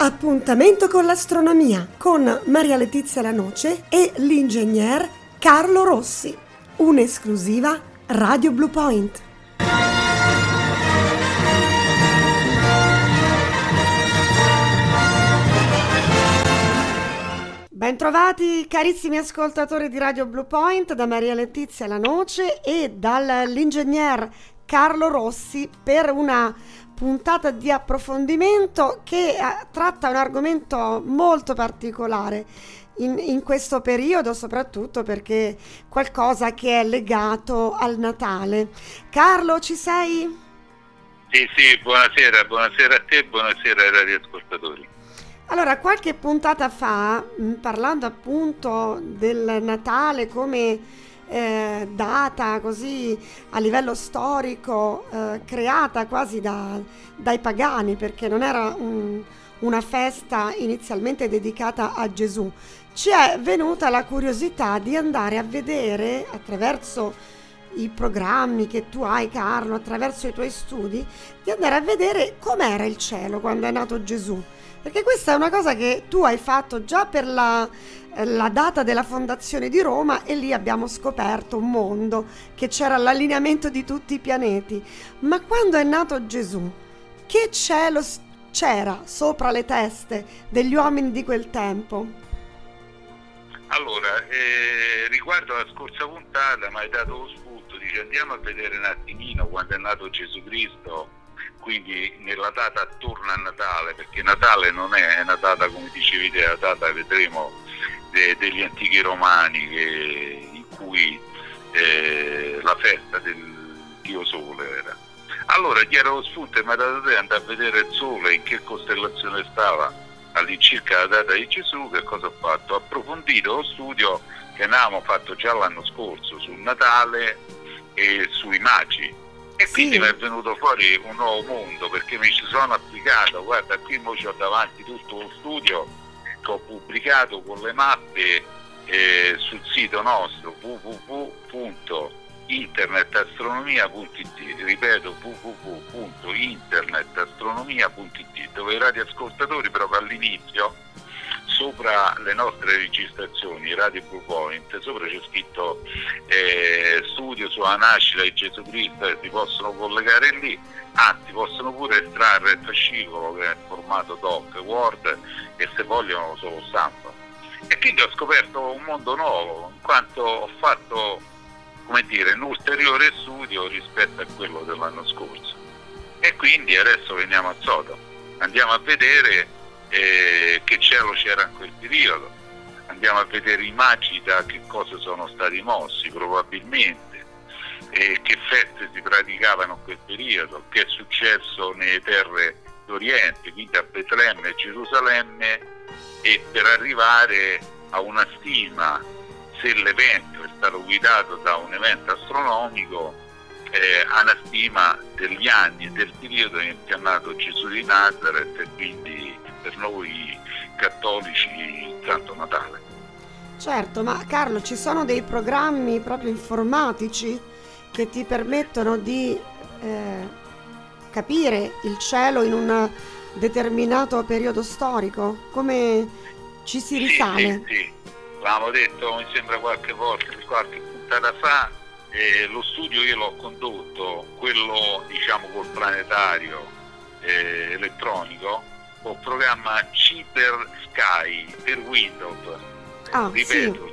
Appuntamento con l'astronomia con Maria Letizia Lanoce e l'ingegner Carlo Rossi. Un'esclusiva Radio Blue Point. Bentrovati carissimi ascoltatori di Radio Blue Point da Maria Letizia Lanoce e dall'ingegner Carlo Rossi per una puntata di approfondimento che tratta un argomento molto particolare in questo periodo, soprattutto perché qualcosa che è legato al Natale. Carlo, ci sei? Sì, buonasera a te, buonasera ai radioascoltatori. Allora, qualche puntata fa, parlando appunto del Natale come data così a livello storico, creata quasi dai pagani, perché non era una festa inizialmente dedicata a Gesù, ci è venuta la curiosità di andare a vedere attraverso i programmi che tu hai, Carlo, attraverso i tuoi studi, di andare a vedere com'era il cielo quando è nato Gesù. Perché questa è una cosa che tu hai fatto già per la data della fondazione di Roma, e lì abbiamo scoperto un mondo, che c'era l'allineamento di tutti i pianeti. Ma quando è nato Gesù, che cielo c'era sopra le teste degli uomini di quel tempo? Allora, riguardo alla scorsa puntata mi hai dato lo spunto, dice andiamo a vedere un attimino quando è nato Gesù Cristo, quindi nella data attorno a Natale, perché Natale non è una data, come dicevi te, la data vedremo degli antichi romani in cui la festa del Dio Sole era. Allora chi era lo spunto e mi ha dato te andare a vedere il Sole, in che costellazione stava all'incirca la data di Gesù. Che cosa ho fatto? Ho approfondito lo studio che avevamo fatto già l'anno scorso sul Natale e sui Magi. E quindi mi è venuto fuori un nuovo mondo, perché mi ci sono applicato. Guarda, qui mo c'ho davanti tutto lo studio che ho pubblicato con le mappe sul sito nostro www.internetastronomia.it, ripeto www.internetastronomia.it, dove i radioascoltatori proprio all'inizio, sopra le nostre registrazioni Radio Blue Point, sopra c'è scritto studio sulla nascita di Gesù Cristo, e si possono collegare lì, anzi possono pure estrarre il fascicolo che è in formato doc, Word, e se vogliono solo stampa. E quindi ho scoperto un mondo nuovo, in quanto ho fatto, come dire, un ulteriore studio rispetto a quello dell'anno scorso. E quindi adesso veniamo a Sodo, andiamo a vedere che cielo c'era in quel periodo, andiamo a vedere i magi da che cosa sono stati mossi probabilmente, che feste si praticavano in quel periodo, che è successo nelle terre d'Oriente, quindi a Betlemme e Gerusalemme, e per arrivare a una stima se l'evento è stato guidato da un evento astronomico, a una stima degli anni e del periodo in cui è nato Gesù di Nazareth, e quindi per noi cattolici il Santo Natale. Certo, ma Carlo, ci sono dei programmi proprio informatici che ti permettono di capire il cielo in un determinato periodo storico? Come ci si risale? Sì. L'avevamo detto, mi sembra qualche volta, qualche puntata fa, lo studio io l'ho condotto, quello diciamo col planetario elettronico, col programma Cyber Sky per Windows. Ripeto,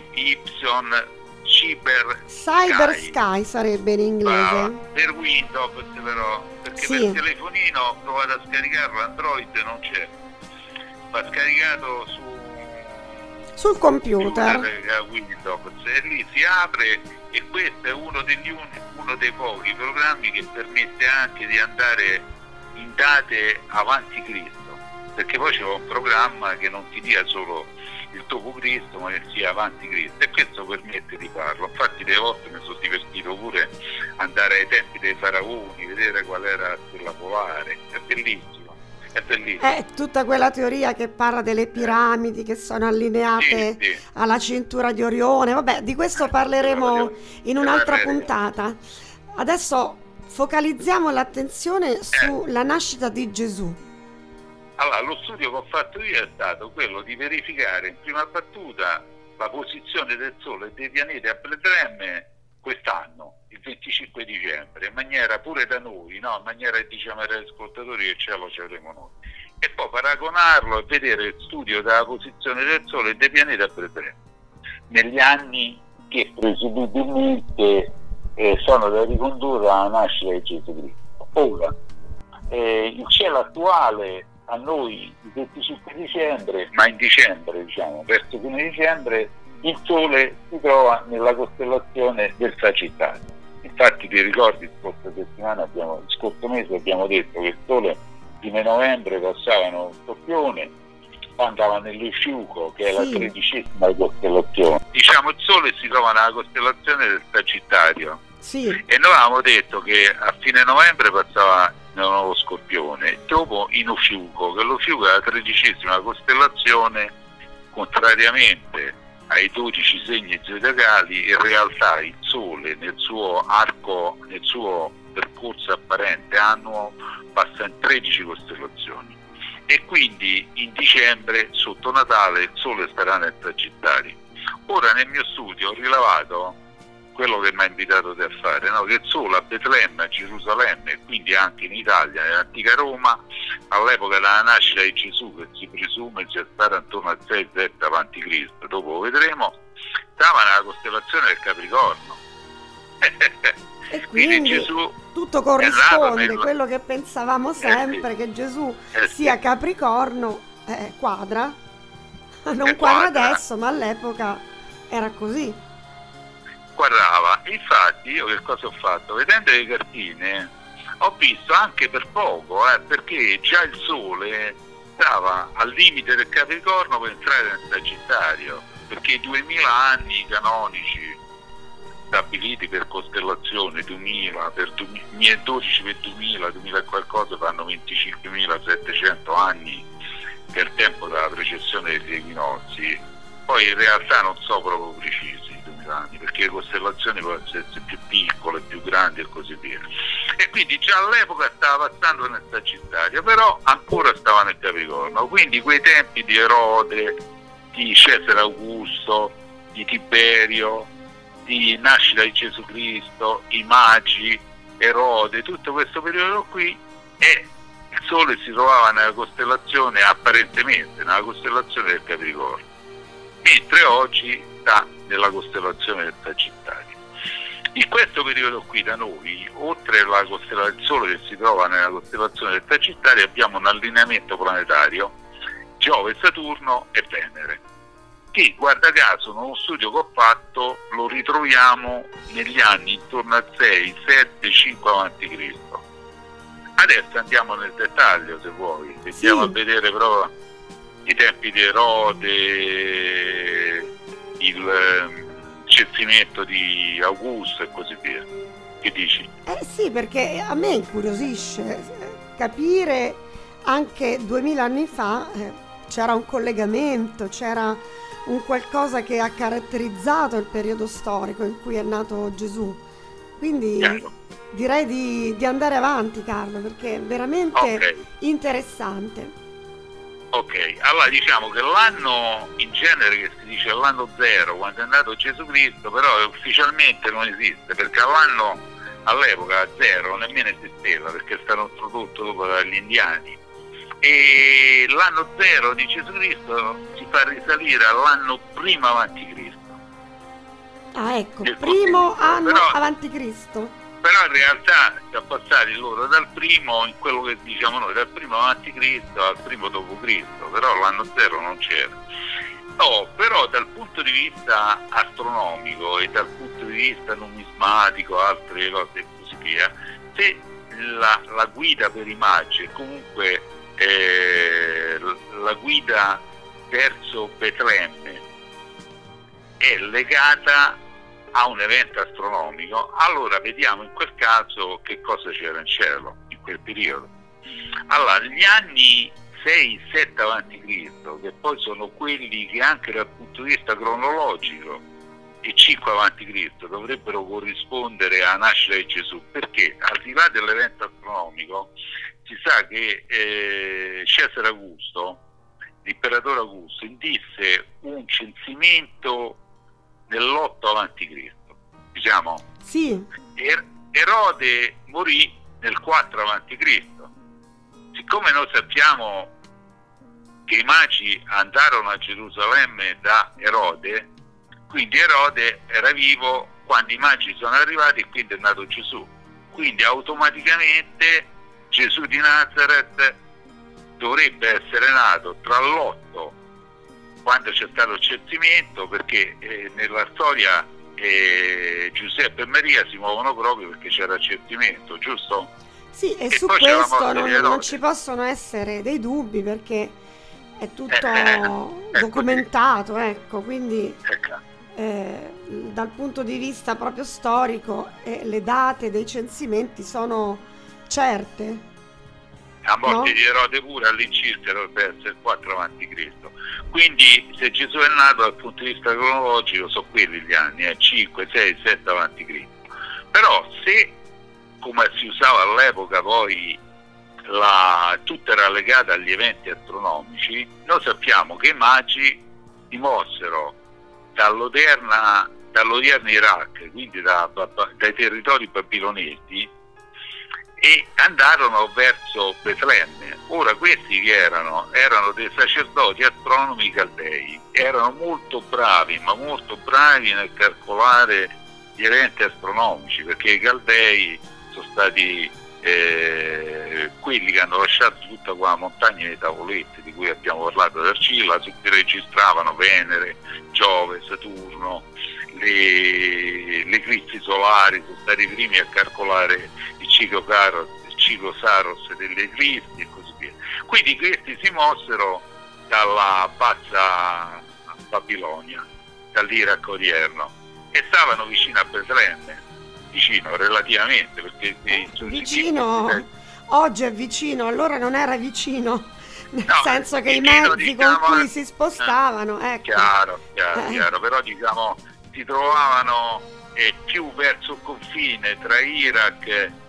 Cyber Sky sarebbe in inglese. Per Windows però, perché per il telefonino ho provato a scaricarlo, Android non c'è, va scaricato sul computer Windows, e lì si apre, e questo è uno dei pochi programmi che permette anche di andare in date avanti Cristo, perché poi c'è un programma che non ti dia solo il dopo Cristo, ma che sia avanti Cristo, e questo permette di farlo. Infatti delle volte mi sono divertito pure andare ai tempi dei faraoni, vedere qual era la stella polare, è bellissimo. È tutta quella teoria che parla delle piramidi che sono allineate alla cintura di Orione. Vabbè, di questo parleremo in un'altra puntata. Adesso focalizziamo l'attenzione sulla nascita di Gesù. Allora, lo studio che ho fatto io è stato quello di verificare in prima battuta la posizione del Sole e dei pianeti a Betlemme quest'anno, il 25 dicembre, in maniera pure da noi, no? In maniera che diciamo ai ascoltatori che ce lo avremo noi. E poi paragonarlo e vedere il studio della posizione del Sole e dei pianeti a Betlemme negli anni che presumibilmente sono da ricondurre alla nascita di Gesù Cristo. Ora, il cielo attuale a noi il 25 dicembre, ma in dicembre, diciamo, verso fine dicembre, il Sole si trova nella costellazione del Sagittario. Infatti ti ricordi, scorso mese abbiamo detto che il Sole fine novembre passava nello Scorpione, andava nell'Usciuco, che è la 13ª costellazione. Diciamo il Sole si trova nella costellazione del Sagittario. Sì. E noi avevamo detto che a fine novembre passava nel nuovo Scorpione, dopo in Ofiuco, che l'Ofiuco è la 13ª costellazione, contrariamente ai 12 segni zodiacali, in realtà il Sole nel suo arco, nel suo percorso apparente annuo, passa in 13 costellazioni. E quindi in dicembre, sotto Natale, il Sole starà nel Sagittario. Ora nel mio studio ho rilevato quello che mi ha invitato a fare, no? Che il Sole a Betlemme, a Gerusalemme, e quindi anche in Italia, nell'antica Roma, all'epoca della nascita di Gesù, che si presume sia stata intorno al 6-7 a.C., dopo lo vedremo, stava nella costellazione del Capricorno. E quindi Gesù tutto corrisponde, quello che pensavamo sempre, che Gesù sia Capricorno, quadra. Non quadra adesso, ma all'epoca era così. Quadrava. Infatti io che cosa ho fatto? Vedendo le cartine ho visto anche per poco, perché già il Sole stava al limite del Capricorno per entrare nel Sagittario, perché i 2000 anni canonici stabiliti per costellazione, 2000 per 12 per 2000 e qualcosa, fanno 25.700 anni per tempo della precessione degli equinozi. Poi in realtà non so proprio precisi i 2000 anni, perché le costellazioni possono essere più piccole, più grandi e così via. E quindi già all'epoca stava passando nel Sagittario, però ancora stava nel Capricorno. Quindi quei tempi di Erode, di Cesare Augusto, di Tiberio, di nascita di Gesù Cristo, i Magi, Erode, tutto questo periodo qui, e il Sole si trovava nella costellazione, apparentemente nella costellazione del Capricorno, mentre oggi sta nella costellazione del Sagittario. In questo periodo qui da noi, oltre alla costellazione del Sole che si trova nella costellazione del Sagittario, abbiamo un allineamento planetario, Giove, Saturno e Venere, che guarda caso in uno studio che ho fatto lo ritroviamo negli anni intorno al 6, 7, 5 a.C. Adesso andiamo nel dettaglio, se vuoi, andiamo a vedere proprio i tempi di Erode, il censimento di Augusto e così via. Che dici? Sì, perché a me incuriosisce capire anche 2000 anni fa c'era un collegamento, c'era un qualcosa che ha caratterizzato il periodo storico in cui è nato Gesù. Quindi direi di andare avanti, Carlo, perché è veramente interessante. Ok, allora diciamo che l'anno in genere, che si dice l'anno zero, quando è nato Gesù Cristo, però ufficialmente non esiste, perché all'epoca zero nemmeno esisteva, perché è stato introdotto dopo dagli indiani. E l'anno zero di Gesù Cristo si fa risalire all'anno primo avanti Cristo. Ah, ecco, primo anno avanti Cristo. Però in realtà siamo passati loro dal primo, in quello che diciamo noi, dal primo avanti Cristo al primo dopo Cristo, però l'anno zero non c'era. No, però dal punto di vista astronomico e dal punto di vista numismatico, altre cose e così via, se la guida per i Magi è comunque la guida verso Betlemme è legata a un evento astronomico, allora vediamo in quel caso che cosa c'era in cielo in quel periodo. Allora, gli anni 6-7 a.C., che poi sono quelli che anche dal punto di vista cronologico e 5 a.C. dovrebbero corrispondere alla nascita di Gesù, perché al di là dell'evento astronomico si sa che Cesare Augusto, l'imperatore Augusto, indisse un censimento nell'8 avanti Cristo. Diciamo? Sì. Erode morì nel 4 avanti Cristo. Siccome noi sappiamo che i magi andarono a Gerusalemme da Erode, quindi Erode era vivo quando i magi sono arrivati e quindi è nato Gesù. Quindi automaticamente Gesù di Nazareth dovrebbe essere nato tra l'8, quando c'è stato il censimento, perché nella storia Giuseppe e Maria si muovono proprio perché c'era il censimento, giusto? Sì, e su questo non ci possono essere dei dubbi, perché è tutto documentato, ecco, quindi dal punto di vista proprio storico le date dei censimenti sono certe. La morte di Erode pure all'incirca dovrebbe essere il 4 avanti Cristo. Quindi se Gesù è nato dal punto di vista cronologico sono quelli gli anni, 5, 6, 7 avanti Cristo. Però se, come si usava all'epoca, poi tutto era legato agli eventi astronomici, noi sappiamo che i magi si mossero dall'odierno Iraq, quindi dai territori babilonesi, e andarono verso Betlemme. Ora questi che erano dei sacerdoti astronomi caldei, erano molto bravi, ma molto bravi nel calcolare gli eventi astronomici, perché i caldei sono stati quelli che hanno lasciato tutta quella montagna di tavolette di cui abbiamo parlato da Arcilla, su cui registravano Venere, Giove, Saturno, le eclissi solari, sono stati i primi a calcolare il ciclo Saros delle eclissi e così via. Quindi questi si mossero dalla bassa Babilonia, dall'Iraq odierno, e stavano vicino a Betlemme, vicino relativamente, perché vicino oggi è vicino, allora non era vicino, nel senso che i mezzi, diciamo, con cui si spostavano, ecco. Chiaro, però diciamo si trovavano più verso il confine tra Iraq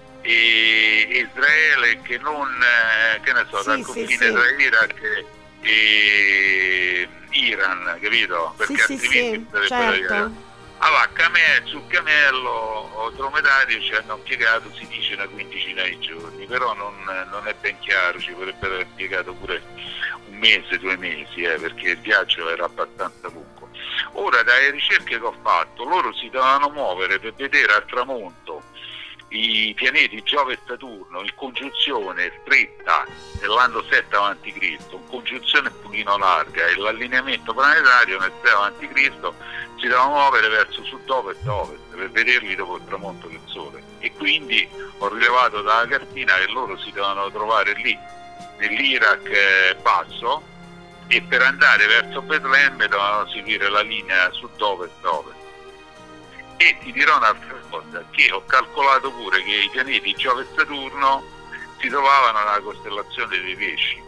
e Israele che non, che ne so, dal confine tra Iraq e Iran, capito? Perché altrimenti certo. Allora, sul cammello o dromedario ci hanno impiegato, si dice, una quindicina di giorni, però non è ben chiaro, ci potrebbe aver impiegato pure un mese, 2 mesi, perché il viaggio era abbastanza lungo. Ora, dalle ricerche che ho fatto, loro si dovevano muovere per vedere al tramonto i pianeti Giove e Saturno in congiunzione stretta nell'anno 7 avanti Cristo, in congiunzione un pochino larga, e l'allineamento planetario nel 6 avanti Cristo si doveva muovere verso sud-ovest e ovest per vederli dopo il tramonto del sole, e quindi ho rilevato dalla cartina che loro si dovevano trovare lì nell'Iraq basso, e per andare verso Betlemme dovevano seguire la linea sud-ovest-ovest. E ti dirò un'altra cosa, che ho calcolato pure che i pianeti Giove e Saturno si trovavano nella costellazione dei Pesci.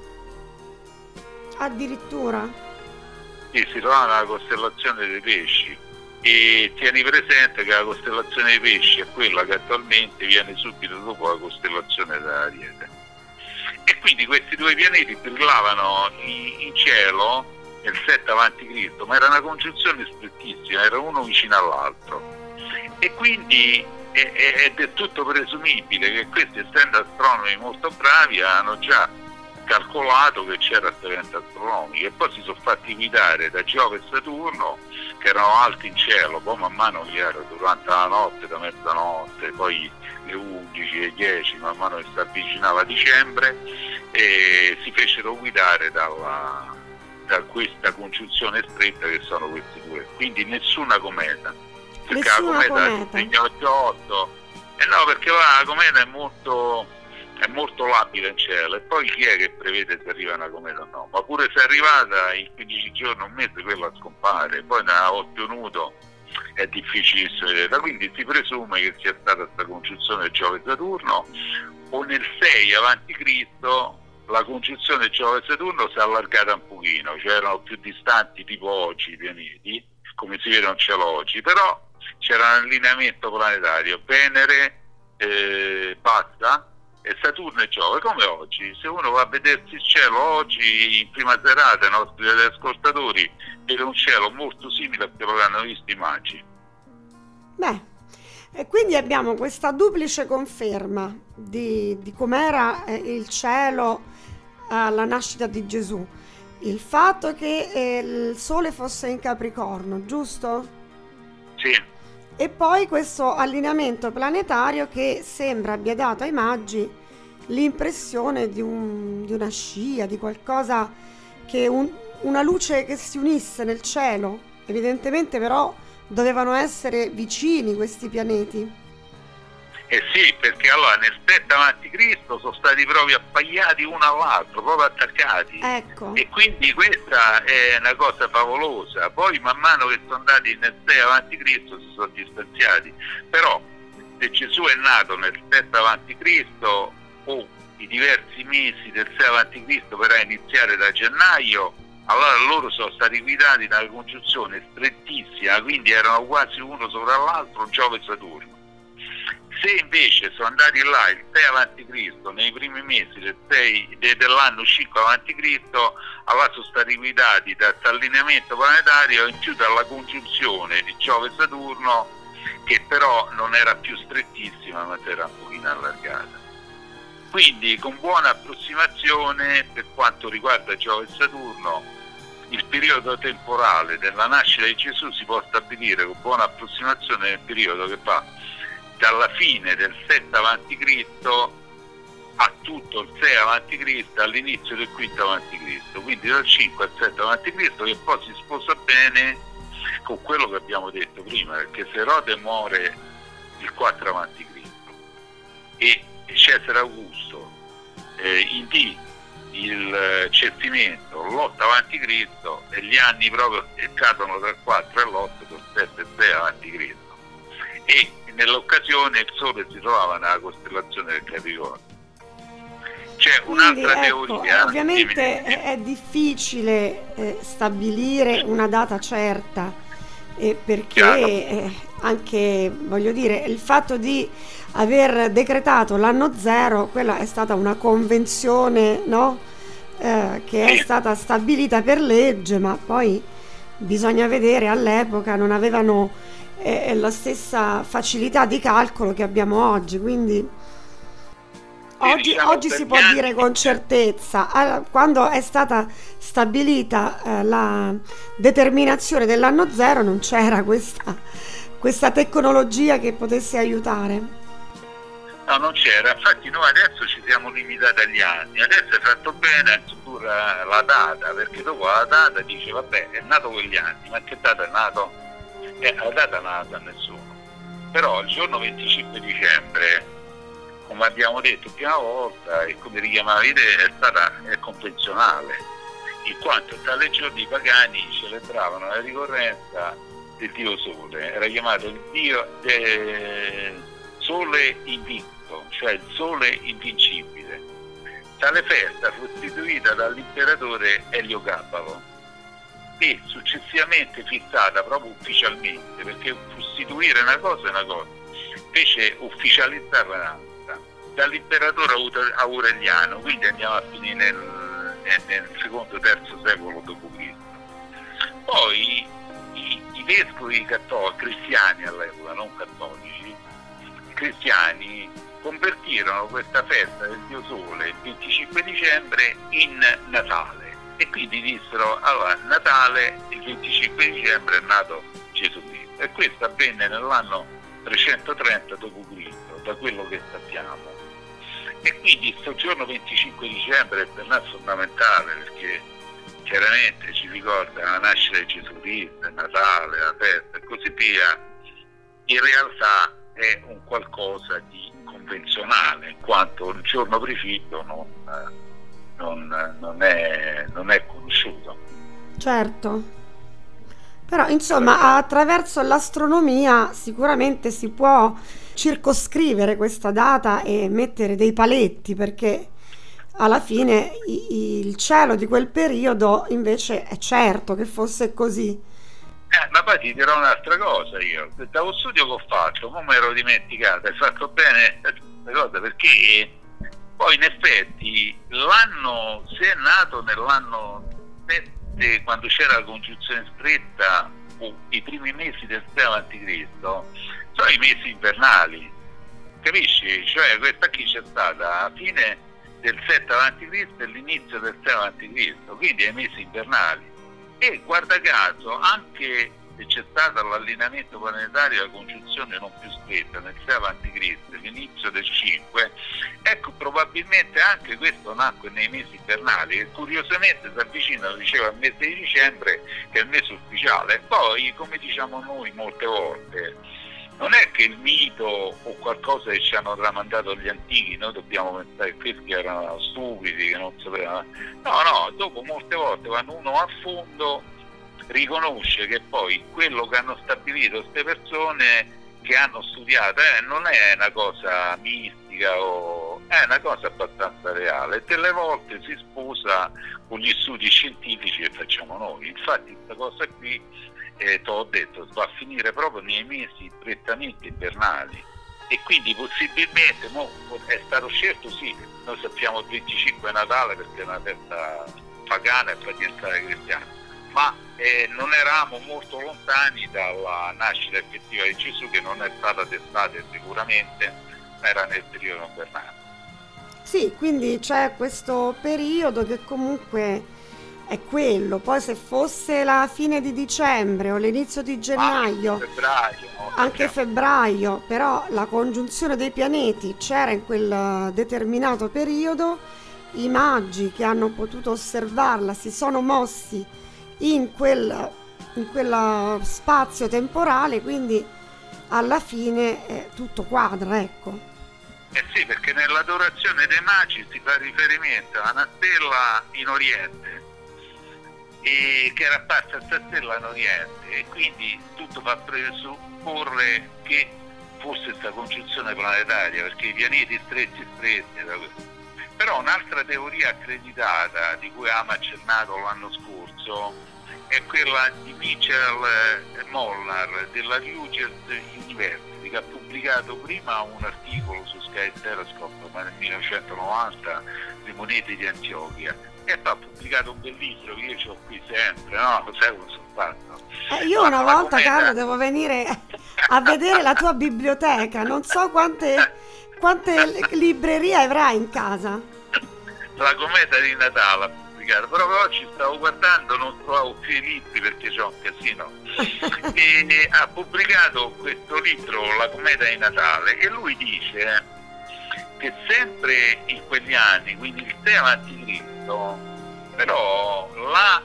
Addirittura? Sì, si trovavano nella costellazione dei Pesci, e tieni presente che la costellazione dei Pesci è quella che attualmente viene subito dopo la costellazione dell'Ariete. E quindi questi due pianeti brillavano in cielo nel 7 avanti Cristo, ma era una congiunzione strettissima, era uno vicino all'altro. E quindi è del tutto presumibile che questi, essendo astronomi molto bravi, hanno già calcolato che c'era questo evento astronomico, e poi si sono fatti guidare da Giove e Saturno, che erano alti in cielo, poi man mano che era durante la notte, da mezzanotte, poi le 11, le 10, man mano che si avvicinava dicembre, e si fecero guidare da questa congiunzione stretta che sono questi due. Quindi nessuna cometa, perché la cometa segna 8-8, no, perché la cometa è molto labile in cielo, e poi chi è che prevede se arriva una cometa o no? Ma pure se è arrivata in 15 giorni, un mese, quella scompare, poi a occhio nudo è difficilissimo vederla. Quindi si presume che sia stata questa congiunzione Giove-Saturno, o nel 6 avanti Cristo la congiunzione Giove-Saturno si è allargata un pochino, cioè erano più distanti tipo oggi i pianeti, come si vede in cielo oggi, però c'era un allineamento planetario, Venere bassa e Saturno e Giove, come oggi. Se uno va a vedersi il cielo oggi, in prima serata, i nostri ascoltatori vede un cielo molto simile a quello che hanno visto i magi. Beh, e quindi abbiamo questa duplice conferma di com'era il cielo alla nascita di Gesù. Il fatto che il Sole fosse in Capricorno, giusto? Sì. E poi questo allineamento planetario che sembra abbia dato ai magi l'impressione di una scia, di qualcosa che una luce che si unisse nel cielo. Evidentemente però dovevano essere vicini questi pianeti. Eh sì, perché allora nel 7 avanti Cristo sono stati proprio appaiati uno all'altro, proprio attaccati. Ecco. E quindi questa è una cosa favolosa. Poi man mano che sono andati nel 6 avanti Cristo si sono distanziati. Però se Gesù è nato nel 7 avanti Cristo o i diversi mesi del 6 avanti Cristo per iniziare da gennaio, allora loro sono stati guidati da una congiunzione strettissima, quindi erano quasi uno sopra l'altro, Giove e Saturno. Se invece sono andati là il 6 avanti Cristo nei primi mesi dell'anno 5 avanti Cristo, allora sono stati guidati da questo allineamento planetario in più dalla congiunzione di Giove e Saturno, che però non era più strettissima ma si era un pochino allargata. Quindi con buona approssimazione per quanto riguarda Giove e Saturno, il periodo temporale della nascita di Gesù si può stabilire con buona approssimazione nel periodo che va dalla fine del 7 avanti Cristo a tutto il 6 avanti Cristo all'inizio del 5 avanti Cristo, quindi dal 5 al 7 avanti Cristo, che poi si sposa bene con quello che abbiamo detto prima, perché se Erode muore il 4 avanti Cristo e Cesare Augusto indì il censimento l'8 avanti Cristo e gli anni proprio cadono tra il 4 e l'8 con 7 e 6 avanti Cristo, e nell'occasione il Sole si trovava nella costellazione del Capricorno. C'è un'altra teoria. Ovviamente è difficile stabilire una data certa, perché anche, voglio dire, il fatto di aver decretato l'anno zero, quella è stata una convenzione, no? Che è stata stabilita per legge, ma poi bisogna vedere, all'epoca non avevano la stessa facilità di calcolo che abbiamo oggi, quindi oggi si può dire con certezza. Quando è stata stabilita la determinazione dell'anno zero non c'era questa tecnologia che potesse aiutare. No, non c'era, infatti noi adesso ci siamo limitati agli anni, adesso è fatto bene a introdurre la data, perché dopo la data dice vabbè è nato quegli anni, ma che data è nato? La data non la sa nessuno, però il giorno 25 dicembre, come abbiamo detto prima volta e come richiamavi te, è convenzionale, in quanto tale giorno i pagani celebravano la ricorrenza del dio Sole, era chiamato il dio Sole invicto, cioè il Sole invincibile. Tale festa fu istituita dall'imperatore Eliogabalo e successivamente fissata proprio ufficialmente, perché istituire una cosa è una cosa, invece ufficializzarla un'altra, dall'imperatore Aureliano, quindi andiamo a finire nel secondo terzo secolo d.C. Poi i vescovi cristiani all'epoca, non cattolici, cristiani convertirono questa festa del dio Sole il 25 dicembre in Natale. E quindi dissero, allora, Natale, il 25 dicembre è nato Gesù Cristo. E questo avvenne nell'anno 330 d.C., da quello che sappiamo. E quindi questo giorno 25 dicembre per noi è fondamentale, perché chiaramente ci ricorda la nascita di Gesù Cristo, il Natale, la festa e così via. In realtà è un qualcosa di convenzionale, in quanto il giorno prefitto non è conosciuto. Certo, però insomma attraverso l'astronomia sicuramente si può circoscrivere questa data e mettere dei paletti, perché alla fine il cielo di quel periodo invece è certo che fosse così. Ma poi ti dirò un'altra cosa, io da uno studio che ho fatto, non mi ero dimenticato, hai fatto bene questa cosa, perché Poi in effetti l'anno, se è nato nell'anno 7, quando c'era la congiunzione stretta, o i primi mesi del 6 a.C., sono i mesi invernali, capisci? Cioè questa qui c'è stata a fine del 7 a.C. e l'inizio del 6 a.C., quindi ai mesi invernali. E guarda caso, anche se c'è stato l'allineamento planetario e la congiunzione non più stretta nel 6 a.C., l'inizio del 5, ecco, probabilmente anche questo nacque nei mesi invernali, che curiosamente si avvicinano, diceva, al mese di dicembre, che è il mese ufficiale. E poi, come diciamo noi molte volte, non è che il mito o qualcosa che ci hanno tramandato gli antichi, noi dobbiamo pensare che questi erano stupidi, che non sapevano. No, dopo molte volte quando uno va a fondo riconosce che poi quello che hanno stabilito queste persone che hanno studiato non è una cosa mistica, è una cosa abbastanza reale, e delle volte si sposa con gli studi scientifici che facciamo noi. Infatti questa cosa qui, te l'ho detto, va a finire proprio nei mesi prettamente invernali, e quindi possibilmente è stato scelto, sì, noi sappiamo il 25 Natale perché è una festa pagana e fa diventare cristiana, ma non eravamo molto lontani dalla nascita effettiva di Gesù, che non è stata d'estate sicuramente, ma era nel periodo invernale. Sì, quindi c'è questo periodo che comunque è quello. Poi se fosse la fine di dicembre o l'inizio di gennaio, anche febbraio, però la congiunzione dei pianeti c'era in quel determinato periodo, i magi che hanno potuto osservarla si sono mossi in quel spazio temporale, quindi alla fine tutto quadra, ecco. Sì, perché nell'adorazione dei magi si fa riferimento a una stella in Oriente, e che era apparsa questa stella in Oriente, e quindi tutto fa presupporre che fosse questa congiunzione planetaria, perché i pianeti stretti da questo. Però un'altra teoria accreditata, di cui abbiamo accennato l'anno scorso, è quella di Michael Molnar della Rutgers University, che ha pubblicato prima un articolo su Sky Telescope nel 1990, Le monete di Antiochia, e poi ha pubblicato un bel libro che io ho qui sempre, no? Lo sai come sono fatto? Io una volta, Carlo, devo venire a vedere la tua biblioteca, non so quante librerie avrai in casa. La cometa di Natale ha pubblicato, proprio oggi stavo guardando, non trovavo più i libri perché c'è un casino, e ha pubblicato questo libro, La cometa di Natale, e lui dice che sempre in quegli anni, quindi il 6 a.C., però la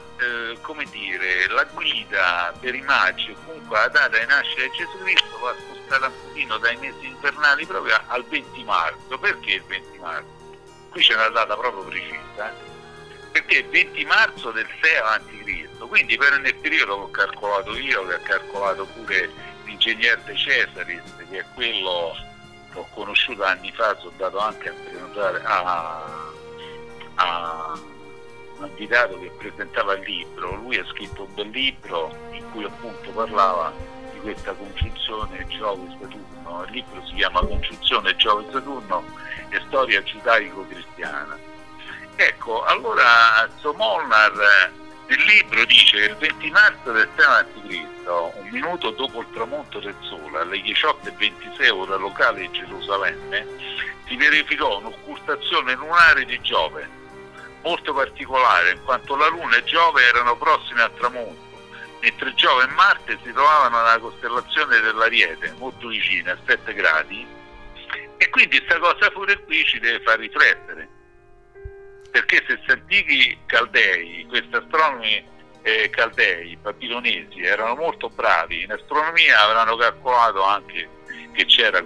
guida per i magi, comunque la data di nascita di Gesù Cristo, va spostata un pochino dai mesi invernali proprio al 20 marzo. Perché il 20 marzo? Qui c'è una data proprio precisa, perché il 20 marzo del 6 a.C., quindi nel periodo che ho calcolato io, che ha calcolato pure l'ingegner De Cesaris, che è quello che ho conosciuto anni fa, sono andato anche a prenotare a un invitato che presentava il libro. Lui ha scritto un bel libro in cui appunto parlava di questa congiunzione Giove-Saturno. Il libro si chiama Congiunzione Giove-Saturno e storia giudaico-cristiana. Ecco, allora Molnar nel libro dice che il 20 marzo del 6 a.C., un minuto dopo il tramonto del sole, alle 18:26 ora locale di Gerusalemme, si verificò un'occultazione lunare di Giove, molto particolare, in quanto la Luna e Giove erano prossime al tramonto, mentre Giove e Marte si trovavano nella costellazione dell'Ariete, molto vicine, a 7 gradi, e quindi questa cosa pure qui ci deve far riflettere, perché se gli antichi Caldei, questi astronomi Caldei, babilonesi, erano molto bravi in astronomia, avranno calcolato anche che c'era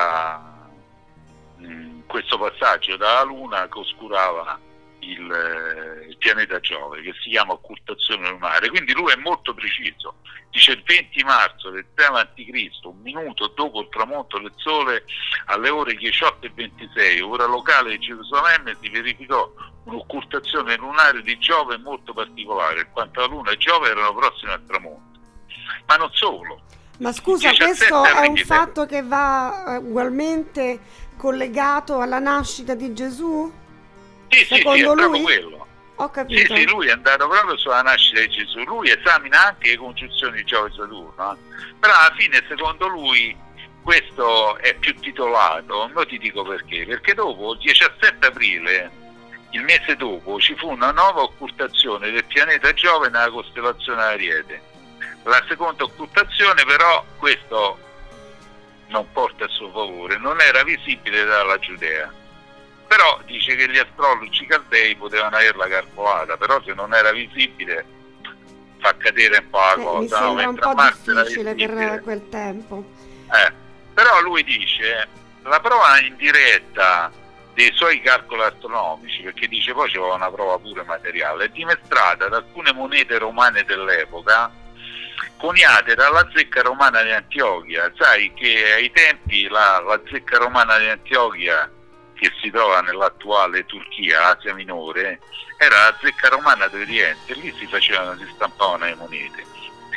questo passaggio dalla Luna che oscurava il pianeta Giove, che si chiama occultazione lunare. Quindi lui è molto preciso, dice il 20 marzo del 6 a.C., un minuto dopo il tramonto del sole, alle ore 18:26 ora locale di Gerusalemme, si verificò un'occultazione lunare di Giove molto particolare, in quanto la Luna e Giove erano prossime al tramonto. Ma non solo. Ma scusa, questo è un fatto che va ugualmente collegato alla nascita di Gesù? Sì, Secondo è proprio lui? quello. Ho capito. Sì, lui è andato proprio sulla nascita di Gesù. Lui esamina anche le congiunzioni di Giove e Saturno, però alla fine, secondo lui, questo è più titolato. Io ti dico perché dopo il 17 aprile, il mese dopo, ci fu una nuova occultazione del pianeta Giove nella costellazione Ariete. La seconda occultazione, però, questo non porta a suo favore, non era visibile dalla Giudea, però dice che gli astrologi caldei potevano averla calcolata, però se non era visibile fa cadere un po' la cosa. Mi sembra un po' difficile per quel tempo. Però lui dice la prova indiretta dei suoi calcoli astronomici, perché dice poi c'è una prova pure materiale, è dimostrata da alcune monete romane dell'epoca coniate dalla zecca romana di Antiochia. Sai che ai tempi la zecca romana di Antiochia, che si trova nell'attuale Turchia, Asia Minore, era la zecca romana d'Oriente, lì si stampavano le monete.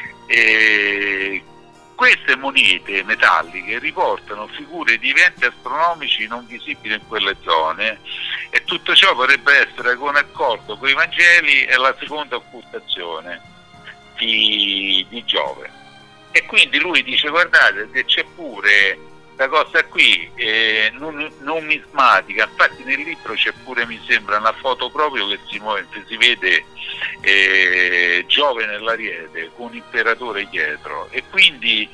E queste monete metalliche riportano figure di eventi astronomici non visibili in quelle zone, e tutto ciò potrebbe essere con accordo con i Vangeli e la seconda occultazione di Giove. E quindi lui dice: guardate che c'è pure questa cosa qui numismatica, infatti nel libro c'è pure, mi sembra, una foto proprio che si muove, si vede Giove nell'Ariete con l'imperatore dietro, e quindi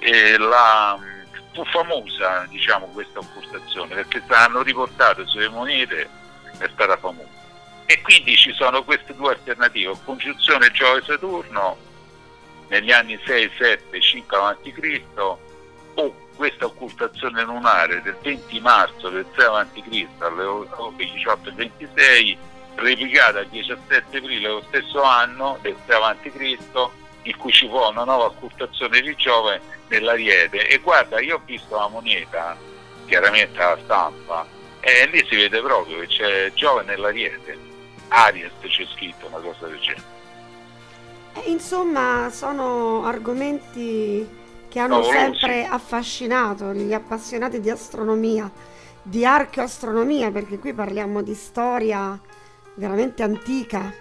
fu famosa, diciamo, questa occultazione, perché hanno riportato sulle monete, è stata famosa. E quindi ci sono queste due alternative: congiunzione Giove-Saturno negli anni 6, 7, 5 a.C., o questa occultazione lunare del 20 marzo del 6 a.C. alle ore 18:26, replicata il 17 aprile dello stesso anno del 6 a.C., in cui ci fu una nuova occultazione di Giove nell'Ariete. E guarda, io ho visto la moneta, chiaramente alla stampa, e lì si vede proprio che c'è Giove nell'Ariete, Aries c'è scritto, una cosa del genere. Insomma, sono argomenti che hanno sempre affascinato gli appassionati di astronomia, di archeoastronomia, perché qui parliamo di storia veramente antica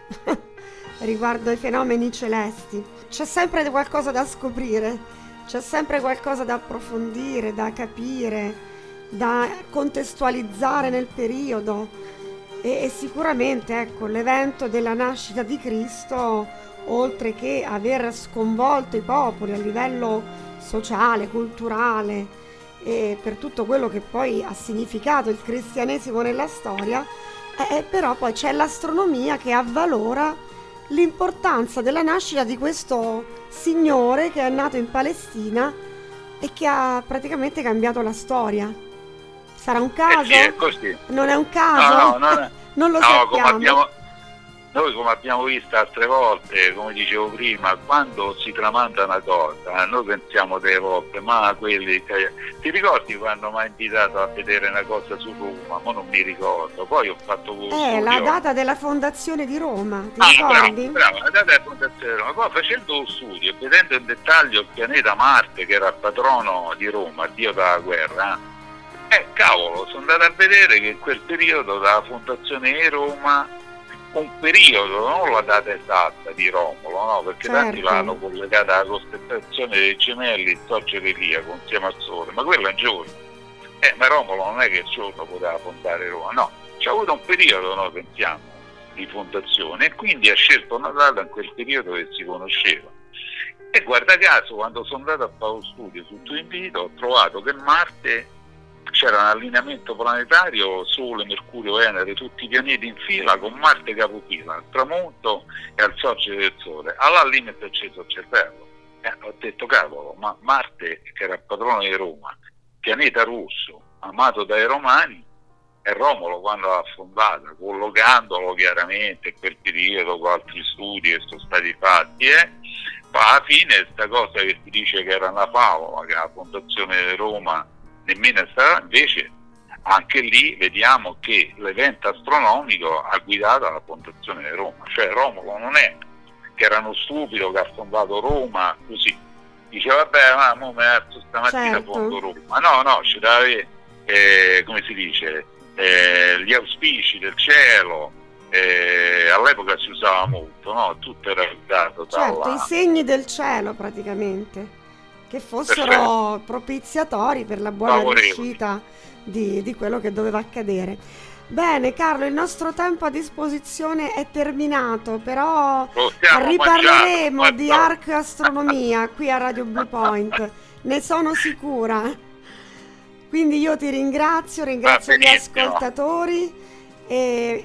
riguardo ai fenomeni celesti. C'è sempre qualcosa da scoprire, c'è sempre qualcosa da approfondire, da capire, da contestualizzare nel periodo, e sicuramente, ecco, l'evento della nascita di Cristo, oltre che aver sconvolto i popoli a livello sociale, culturale, e per tutto quello che poi ha significato il cristianesimo nella storia, però poi c'è l'astronomia che avvalora l'importanza della nascita di questo signore che è nato in Palestina e che ha praticamente cambiato la storia. Sarà un caso? Sì, è così. Non è un caso? No, non lo sappiamo. Noi, come abbiamo visto altre volte, come dicevo prima, quando si tramanda una cosa, noi pensiamo delle volte, ma quelli... Ti ricordi quando mi ha invitato a vedere una cosa su Roma? Ma non mi ricordo. Poi ho fatto la data della fondazione di Roma, ti ricordi? Bravo, la data della fondazione di Roma. Poi facendo lo studio, vedendo in dettaglio il pianeta Marte, che era il patrono di Roma, il dio della guerra, cavolo, sono andato a vedere che in quel periodo, dalla fondazione di Roma, un periodo, non la data esatta di Romolo, no? Perché tanti l'hanno collegata alla costellazione dei gemelli, sorgere Iliaco insieme al Sole, ma quello è un giorno. Ma Romolo non è che il giorno poteva fondare Roma, no, c'è avuto un periodo, noi pensiamo, di fondazione, e quindi ha scelto una data in quel periodo che si conosceva. E guarda caso, quando sono andato a fare lo studio sul tuo invito, ho trovato che Marte c'era un allineamento planetario, Sole, Mercurio, Venere, tutti i pianeti in fila, con Marte capofila, al tramonto e al sorgere del Sole. All'limite è acceso il cervello. Ho detto, cavolo, ma Marte, che era il patrono di Roma, pianeta rosso, amato dai Romani, e Romolo quando l'ha fondata, collocandolo chiaramente in quel periodo con altri studi che sono stati fatti, ma alla fine questa cosa che si dice che era una favola, che la fondazione di Roma nemmeno sarà, invece anche lì vediamo che l'evento astronomico ha guidato la fondazione di Roma. Cioè Romolo non è che era uno stupido che ha fondato Roma così, dice vabbè, ma mo mi alzo stamattina, fondo Roma. No, ci deve avere come si dice, gli auspici del cielo. All'epoca si usava molto, no? Tutto era dato Certo, i segni del cielo praticamente, che fossero propiziatori per la buona riuscita di quello che doveva accadere. Bene Carlo, il nostro tempo a disposizione è terminato, però riparleremo di arcastronomia qui a Radio Blue Point, ne sono sicura. Quindi io ti ringrazio gli ascoltatori. E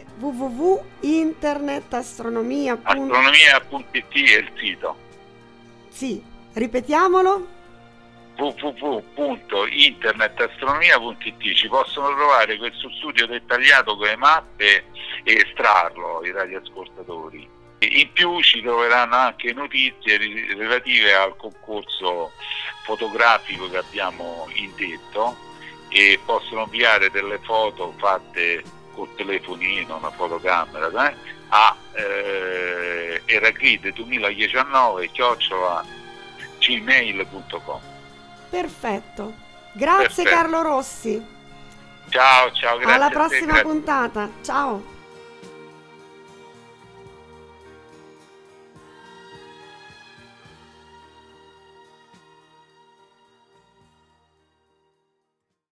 www.internetastronomia.it è il sito. Sì, ripetiamolo. www.internetastronomia.it. Ci possono trovare questo studio dettagliato con le mappe e estrarlo i radioascoltatori. In più ci troveranno anche notizie relative al concorso fotografico che abbiamo indetto, e possono inviare delle foto fatte col telefonino, una fotocamera, a eraclide2019@gmail.com. Perfetto, grazie. Carlo Rossi. Ciao, grazie. Alla prossima puntata, ciao.